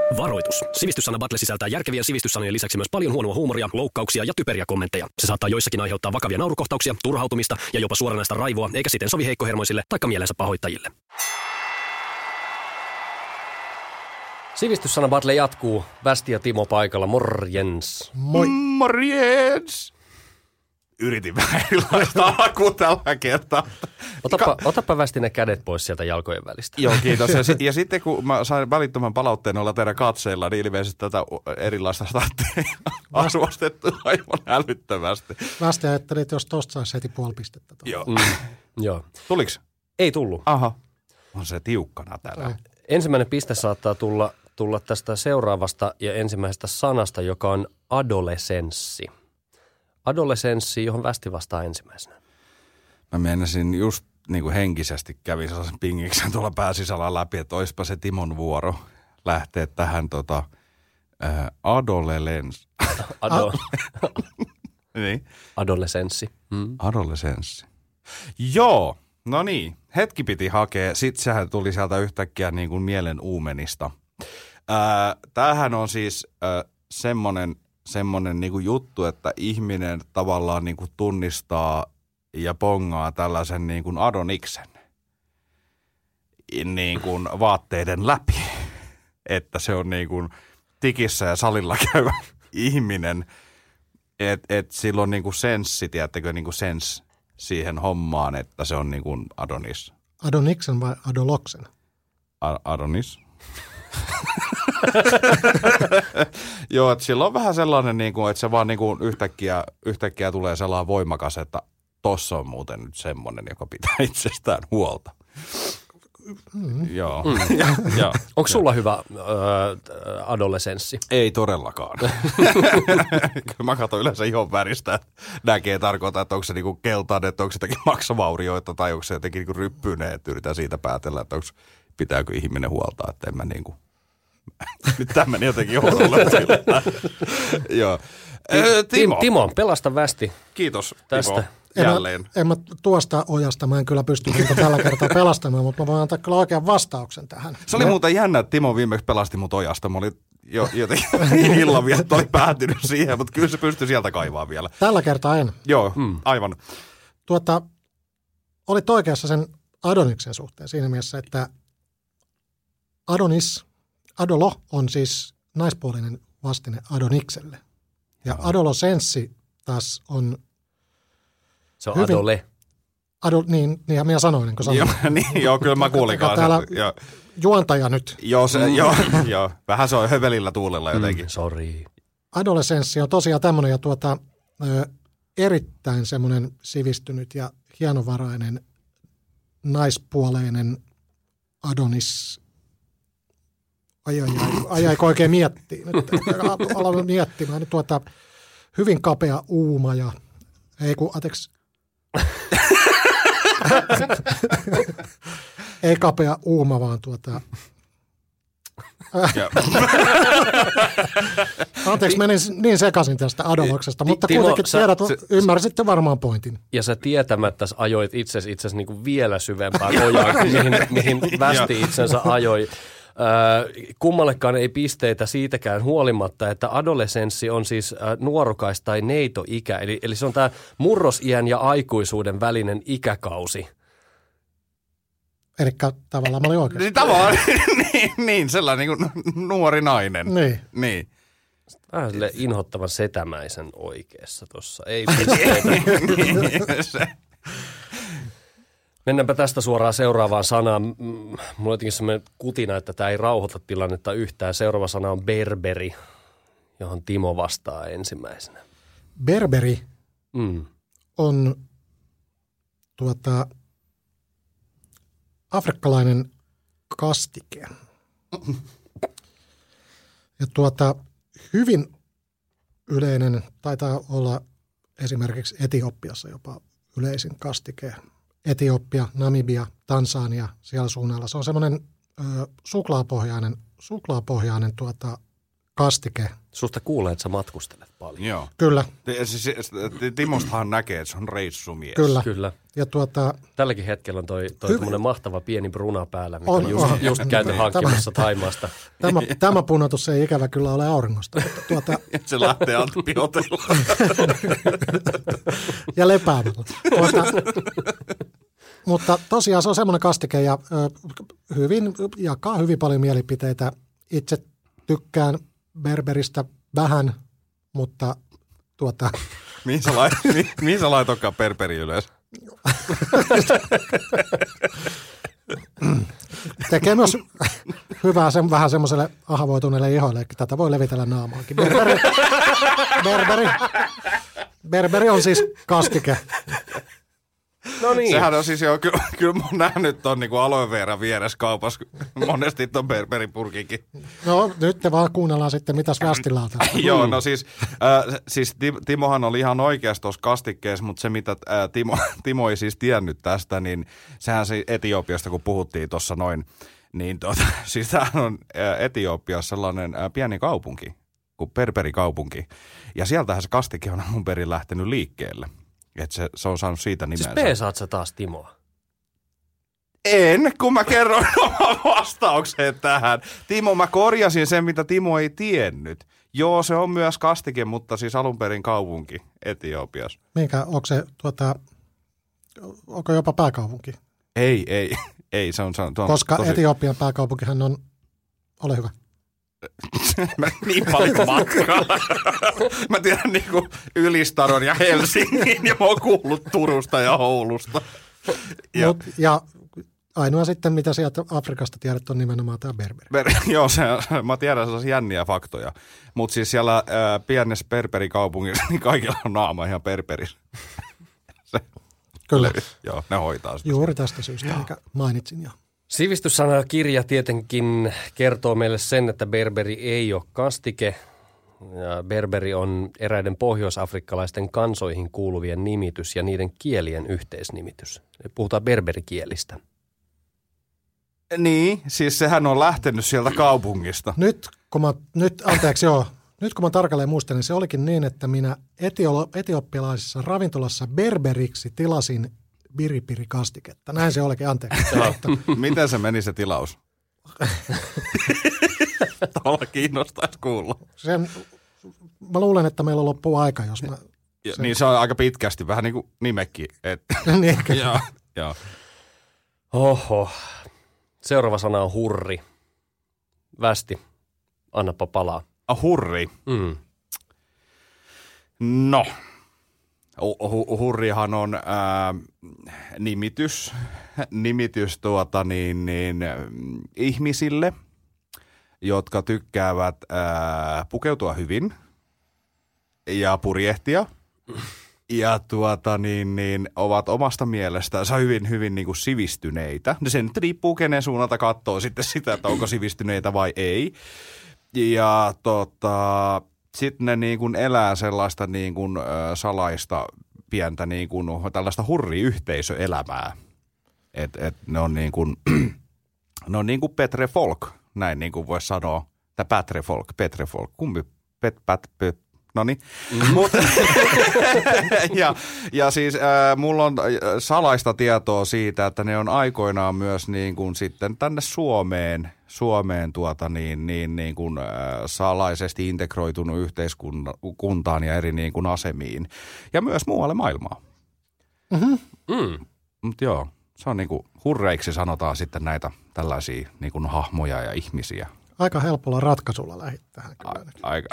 Varoitus. Sivistyssana Battle sisältää järkevien sivistyssanojen lisäksi myös paljon huonoa huumoria, loukkauksia ja typeriä kommentteja. Se saattaa joissakin aiheuttaa vakavia naurukohtauksia, turhautumista ja jopa suoranaista raivoa, eikä siten sovi heikkohermoisille taikka mielensä pahoittajille. Sivistyssana Battle jatkuu. Västi ja Timo paikalla. Morjens. Moi. Morjens. Yritin vähän erilaista alkuun tällä kertaa. Otapa Västi ne kädet pois sieltä jalkojen välistä. Joo, kiitos. Ja sitten kun mä sain välittömän palautteen olla teidän katseilla, niin ilmeisesti tätä erilaista starttia arvostettu aivan älyttömästi. Västi ajatteli, että jos tosta saisi heti puoli pistettä. Joo. Joo. Tuliks? Ei tullut. Aha. On se tiukkana täällä. Ensimmäinen piste saattaa tulla tästä seuraavasta ja ensimmäisestä sanasta, joka on adolescenssi. Adolescenssi, johon Västi vastaa ensimmäisenä. Mä meinasin just niin kuin henkisesti kävin sellaisen pingiksen tuolla pääsisällä läpi, että oispa se Timon vuoro lähteä tähän niin. Adolescenssi. Adolescenssi. Joo, no niin. Hetki piti hakea, sit sehän tuli sieltä yhtäkkiä niin kuin mielen uumenista. Tämähän on siis semmoinen niin kuin juttu, että ihminen tavallaan niin kuin tunnistaa ja pongaa tällaisen niin kuin adoniksen niin kuin vaatteiden läpi. Että se on niin kuin tikissä ja salilla käyvä ihminen. Et sillä on niin kuin senssi, tiedättekö, niin kuin sens siihen hommaan, että se on niin kuin adonis. Adoniksen vai adoloksen? Adonis. Joo, että sillä on vähän sellainen, niin kuin, että se vaan niin kuin yhtäkkiä tulee sellainen voimakas, että tossa on muuten nyt semmoinen, joka pitää itsestään huolta. Joo. Ja. Onko sulla hyvä adolescenssi? Ei todellakaan. Mä katson yleensä ihon väristä, että näkee tarkoittaa, että onko se niinku keltainen, että onko se jotenkin maksavaurioita tai onko se jotenkin niinku ryppyinen, että yritän siitä päätellä, että pitääkö ihminen huoltaa, että en mä niinku... Nyt tämä meni jotenkin huonolle. Joo. Timo, pelasta Västi. Kiitos tästä. Timo. Jälleen. En mä tuosta ojasta, mä en kyllä pysty tällä kertaa pelastamaan, mutta mä voin antaa kyllä oikean vastauksen tähän. Se oli muuten jännä, että Timo viimeksi pelasti mut ojasta. Mä olin jotenkin illanvietto oli päätynyt siihen, mutta kyllä se pystyi sieltä kaivaa vielä. Tällä kertaa en. Joo, aivan. Olit oikeassa sen adoniksen suhteen siinä mielessä, että adolo on siis naispuolinen vastine adonikselle. Ja adolescenssi taas on... Se on adole. Niin minä sanoin, kun sanoin. Joo, kyllä mä kuulinkaan. Täällä juontaja nyt. Joo, vähän se on hövelillä tuulella jotenkin. Sorry. Adolescenssi on tosiaan tämmöinen ja erittäin semmoinen sivistynyt ja hienovarainen naispuoleinen adonis. Ai oikein miettii nyt. Aloin miettimään. Nyt hyvin kapea uuma ja ei kapea uuma, vaan anteeksi, menin niin sekaisin tästä adoloksesta, mutta Timo, kuitenkin ymmärsitte varmaan pointin. Ja sä tietämättä ajoit itsesi niin kuin vielä syvempään ojaan, mihin Västi itsensä ajoi. Kummallekaan ei pisteitä siitäkään huolimatta, että adolescenssi on siis nuorukais- tai neitoikä. Eli se on tämä murrosiän ja aikuisuuden välinen ikäkausi. Elikkä tavallaan mä olin oikeassa. Tavallaan, niin, sellainen niin kuin nuori nainen. Niin. Vähän silleen inhottavan setämäisen oikeassa tuossa. Ei pisteitä. Mennäänpä tästä suoraan seuraavaan sanaan. Mulla on jotenkin sellainen kutina, että tämä ei rauhoita tilannetta yhtään. Seuraava sana on berberi, johon Timo vastaa ensimmäisenä. Berberi on afrikkalainen kastike. Ja hyvin yleinen, taitaa olla esimerkiksi Etiopiassa jopa yleisin kastike. Etiopia, Namibia, Tansania, siellä suunnalla. Se on semmoinen suklaapohjainen kastike. Susta kuulee, että sä matkustelet paljon. Joo. Kyllä. Timostahan näkee, että se on reissumies. Kyllä. Ja tälläkin hetkella on toi tommonen mahtava pieni bruna päällä, mikä on just käyty hankkimassa Thaimaasta. Tämä punotus ei ikävä kyllä ole auringosta. Mutta Se lähtee antibiootilla. ja lepäämällä. Mutta tosiaan se on semmoinen kastike ja jakaa hyvin paljon mielipiteitä. Itse tykkään berberistä vähän, mutta Mihin sä laitokaan berberi yleensä? tekee myös hyvää vähän semmoiselle ahavoituneelle ihoille, että tätä voi levitellä naamaankin. Berberi on siis kastike. No niin. Sehän on siis jo, kyllä mä oon nähnyt ton niin aloe vera vieressä kaupassa monesti ton berberipurkinkin. No nyt te vaan kuunnellaan sitten, mitäs Västillä on tässä. Joo, no siis Timohan oli ihan oikeassa tuossa kastikkeessa, mutta se mitä Timo ei siis tiennyt tästä, niin sehän se Etiopiasta, kun puhuttiin tuossa noin, niin siis tämähän on Etiopiassa sellainen pieni kaupunki, kuin berberikaupunki. Ja sieltähän se kastike on mun perin lähtenyt liikkeelle. Että se on saanut siitä nimensä. Siis peesaat sä taas Timoa? En, kun mä kerron oman vastaukseen tähän. Timo, mä korjasin sen, mitä Timo ei tiennyt. Joo, se on myös kastike, mutta siis alun perin kaupunki Etiopiassa. Onko se onko jopa pääkaupunki? Ei, se on koska tosi... Etiopian pääkaupunkihan on, ole hyvä. Niin paljon matkaa. Mä tiedän niinku Ylistaron ja Helsingin ja mä oon kuullut Turusta ja Oulusta. Ja ainoa sitten, mitä sieltä Afrikasta tiedät, on nimenomaan tämä berberi. Joo, mä tiedän sellaisia jänniä faktoja. Mutta siis siellä pienessä berberikaupungissa, niin kaikilla on naama ihan berberis. Kyllä. Joo, ne hoitaa sitä. Juuri tästä syystä, mikä mainitsin jo. Sivistyssanakirja tietenkin kertoo meille sen, että berberi ei ole kastike. Ja berberi on eräiden pohjoisafrikkalaisten kansoihin kuuluvien nimitys ja niiden kielien yhteisnimitys. Puhutaan berberikielistä. Niin, siis sehän on lähtenyt sieltä kaupungista. Nyt kun mä tarkalleen muistan, niin se olikin niin, että minä etiopialaisessa ravintolassa berberiksi tilasin biribiri-kastiketta. Näin se olikin, anteeksi. Miten se meni se tilaus? Tuolla kiinnostaisi kuulla. Mä luulen, että meillä loppuu aika, jos mä... Niin se on aika pitkästi, vähän niin kuin nimekin. Niin. Joo. Oho. Seuraava sana on hurri. Västi, annapa palaa. Hurri. No. Hurrihan on nimitys ihmisille, jotka tykkäävät pukeutua hyvin ja purjehtia ja ovat omasta mielestään hyvin niin kuin sivistyneitä. Se nyt riippuu kenen suunnalta katsoo sitten sitä, että onko sivistyneitä vai ei. Ja sitten ne niin kuin elää sellaista niin kuin salaista pientä niin kuin tällaista hurriyhteisöelämää. Et ne on niin kuin Petre Folk, näin niin kuin voisi sanoa. Tai Petre Folk, kumpi? No niin. Ja siis mulla on salaista tietoa siitä, että ne on aikoinaan myös niin kuin sitten tänne Suomeen niin kuin salaisesti integroitunut yhteiskuntaan ja eri niin kuin asemiin ja myös muualle maailmaa. Mutta joo, se on niin kuin hurreiksi sanotaan sitten näitä tällaisia niin kuin hahmoja ja ihmisiä. Aika helpolla ratkaisulla lähdit tähän kyllä. Aika.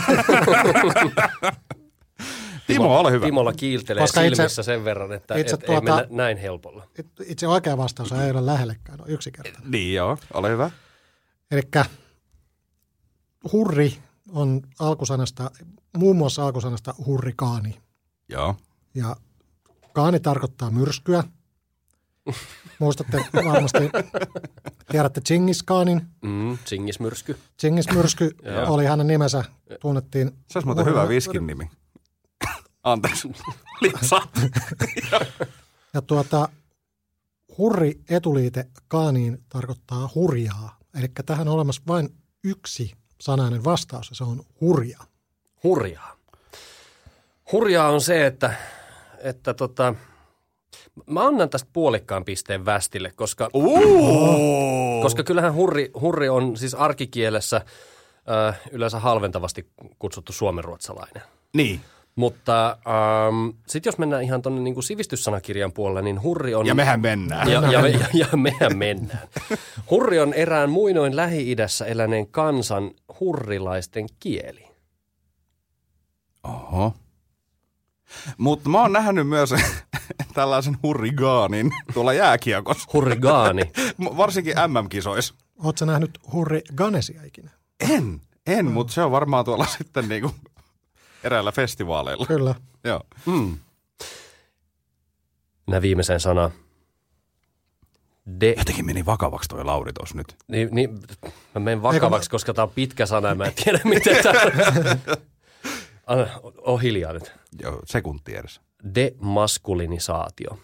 Timo, ole hyvä. Timolla kiiltelee koska silmissä sen verran, että ei mennä näin helpolla. Itse oikea vastaus ei ole lähellekään, on yksinkertainen. Niin joo, ole hyvä. Elikkä hurri on muun muassa alkusanasta hurrikaani. Joo. Ja kaani tarkoittaa myrskyä. Muistatte varmasti, tiedätte Chingiskaanin. Chingismyrsky. Chingismyrsky oli hänen nimensä, tunnettiin. Se olisi muuten hyvä viskin nimi. Anteeksi, lipsaa. Ja hurri etuliite kaaniin tarkoittaa hurjaa. Eli tähän on olemassa vain yksi sanainen vastaus ja se on hurja. Hurjaa. Hurjaa on se, että mä annan tästä puolikkaan pisteen Västille, koska kyllähän hurri on siis arkikielessä yleensä halventavasti kutsuttu suomenruotsalainen. Niin. Mutta sitten jos mennään ihan tuonne niinku sivistyssanakirjan puolelle, niin hurri on... Ja mehän mennään. Ja mehän mennään. Hurri on erään muinoin Lähi-idässä eläneen kansan hurrilaisten kieli. Oho. Mutta mä oon nähnyt myös tällaisen hurrigaanin tuolla jääkiekossa. Hurrigaani. Varsinkin MM-kisoissa. Ootko sä nähnyt hurriganesia ikinä? En, mutta se on varmaan tuolla sitten niinku eräällä festivaaleilla. Kyllä. Joo. Minä viimeisen sana. Jotenkin meni vakavaksi toi Lauri tuossa nyt. Niin, mä menen vakavaksi, koska tää on pitkä sana ja mä en tiedä miten tää... On hiljaa nyt. Joo, sekunti edes. Demaskulinisaatio.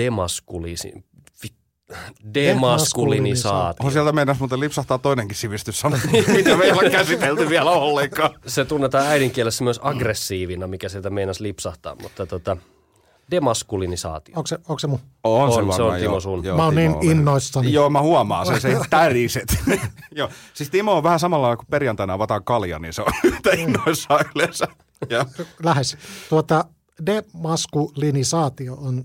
Demaskulinisaatio. Sieltä meinas muuten lipsahtaa toinenkin sivistyssana, mitä meillä on käsitelty vielä ollenkaan. Se tunnetaan äidinkielessä myös aggressiivina, mikä sieltä meinas lipsahtaa, mutta demaskulinisaatio. Onko se mun? On se on Timo sun. Mä oon niin innoissani. Joo, mä huomaan se täriset. Joo, siis Timo on vähän samalla lailla kuin perjantaina avataan kalja, niin se on yhtä innoissaan yleensä. Lähes. Demaskulinisaatio on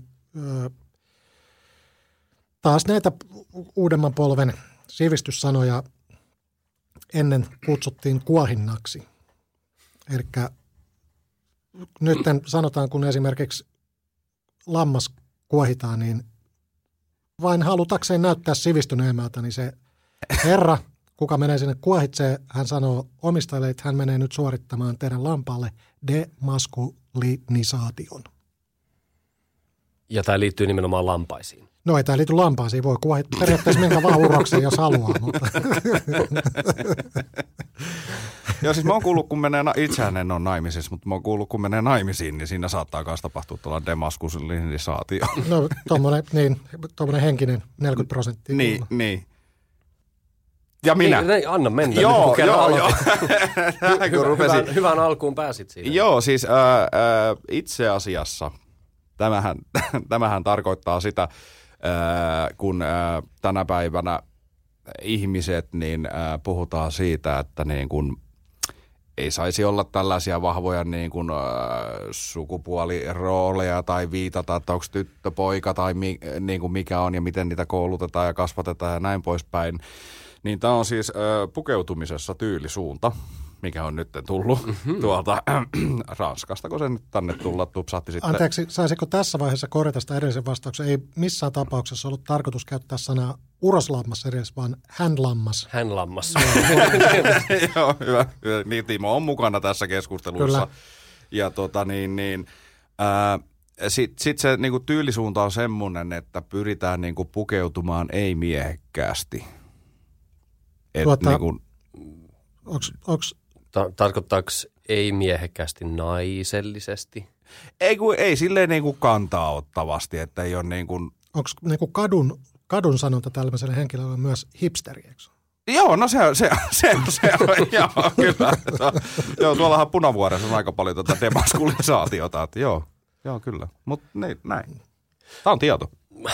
taas näitä uudemman polven sivistyssanoja ennen kutsuttiin kuohinnaksi. Eli nyt sanotaan, kun esimerkiksi lammas kuohitaan, niin vain halutakseen näyttää sivistyneemmältä, niin se herra, kuka menee sinne kuohitsee, hän sanoo omistajalle, että hän menee nyt suorittamaan teidän lampaalle demaskulinisaation. Ja tämä liittyy nimenomaan lampaisiin. No ei tämä liity lampaisiin, voi kuohittaa periaatteessa minkä vaan uroksen, jos haluaa. Mutta. Joo, siis mä oon kuullut, kun menee, itsehän en ole naimisissa, mutta mä oon kuullut, kun menee naimisiin, niin siinä saattaa myös tapahtua tuolla demaskulinisaatio. No tuommoinen henkinen 40%. Niin. Ja minä. Niin, anna mennä. Joo. Hyvään alkuun pääsit siinä. Joo, siis itse asiassa tämähän tarkoittaa sitä, kun tänä päivänä ihmiset, niin puhutaan siitä, että niin kun ei saisi olla tällaisia vahvoja niin kun, sukupuolirooleja tai viitata, että onko tyttö, poika tai niin kuin mikä on ja miten niitä koulutetaan ja kasvatetaan ja näin poispäin. Niin tämä on siis pukeutumisessa tyylisuunta, mikä on nyt tullut tuolta Ranskasta, kun se nyt tänne tupsahti sitten. Anteeksi, saisiko tässä vaiheessa korjata sitä edellisen vastauksen? Ei missään tapauksessa ollut tarkoitus käyttää sanaa uroslammas edes, vaan hänlammas. Hänlammas. Joo, hyvä. Niin, Timo on mukana tässä keskustelussa. Kyllä. Ja sitten se niinku tyylisuunta on semmoinen, että pyritään niinku pukeutumaan ei-miehekkäästi. Niinku, tarkoittaako ei-miehekkäästi naisellisesti? Ei silleen niinku kantaa ottavasti, että ei ole niinku... Onko niinku kadun sanonta tällaiselle henkilölle myös hipsteri, eikö? Joo, no se on, joo, kyllä. Joo, tuollahan Punavuoressa on aika paljon tuota demaskulisaatiota, että joo, kyllä. Mutta näin. Tämä on tieto.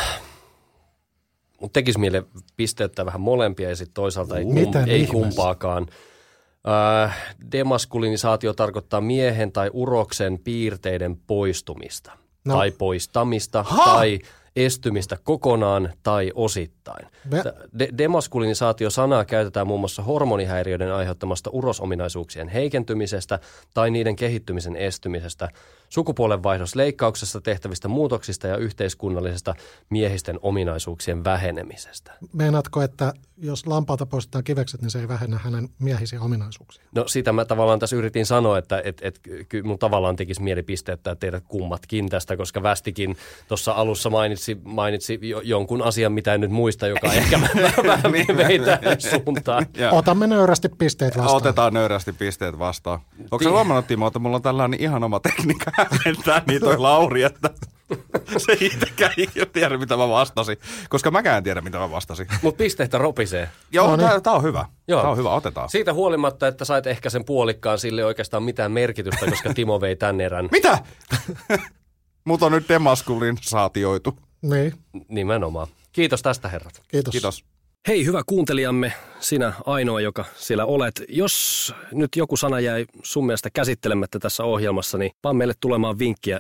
Mutta tekisi mieleen pisteyttää vähän molempia ja sitten toisaalta ei kumpaakaan. Demaskulinisaatio tarkoittaa miehen tai uroksen piirteiden poistumista tai poistamista tai estymistä kokonaan tai osittain. Demaskulinisaatio-sanaa käytetään muun muassa hormonihäiriöiden aiheuttamasta urosominaisuuksien heikentymisestä tai niiden kehittymisen estymisestä, sukupuolenvaihdosleikkauksessa tehtävistä muutoksista ja yhteiskunnallisesta miehisten ominaisuuksien vähenemisestä. Meinaatko, että jos lampaalta poistetaan kivekset, niin se ei vähennä hänen miehisiä ominaisuuksia? No sitä mä tavallaan tässä yritin sanoa, että kyllä mun tavallaan tekisi mieli pisteyttää teidät kummatkin tästä, koska Västikin tuossa alussa mainitsi jonkun asian, mitä en nyt muista, joka ehkä vähän vei tähän suuntaan. Otamme nöyrästi pisteet vastaan. Otetaan nöyrästi pisteet vastaan. Onko sä huomannut, Timo, että mulla on tällainen ihan oma tekniikka hämmentää niin toi Lauri, että Se ei itsekään tiedä, mitä mä vastasin, koska mäkään en tiedä, mitä mä vastasin. Mutta pisteitä ropisee. Joo, tää on hyvä. Joo. Tää on hyvä, otetaan. Siitä huolimatta, että sait ehkä sen puolikkaan, sille ei oikeastaan mitään merkitystä, koska Timo vei tän erän. Mitä? Mut on nyt demaskulisaatioitu. Niin, Nimenomaan. Kiitos tästä, herrat. kiitos. Kiitos. Hei, hyvä kuuntelijamme, sinä ainoa, joka siellä olet. Jos nyt joku sana jäi sun mielestä käsittelemättä tässä ohjelmassa, niin vaan meille tulemaan vinkkiä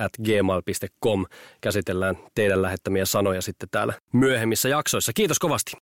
sivistyssanabattle@gmail.com. Käsitellään teidän lähettämiä sanoja sitten täällä myöhemmissä jaksoissa. Kiitos kovasti.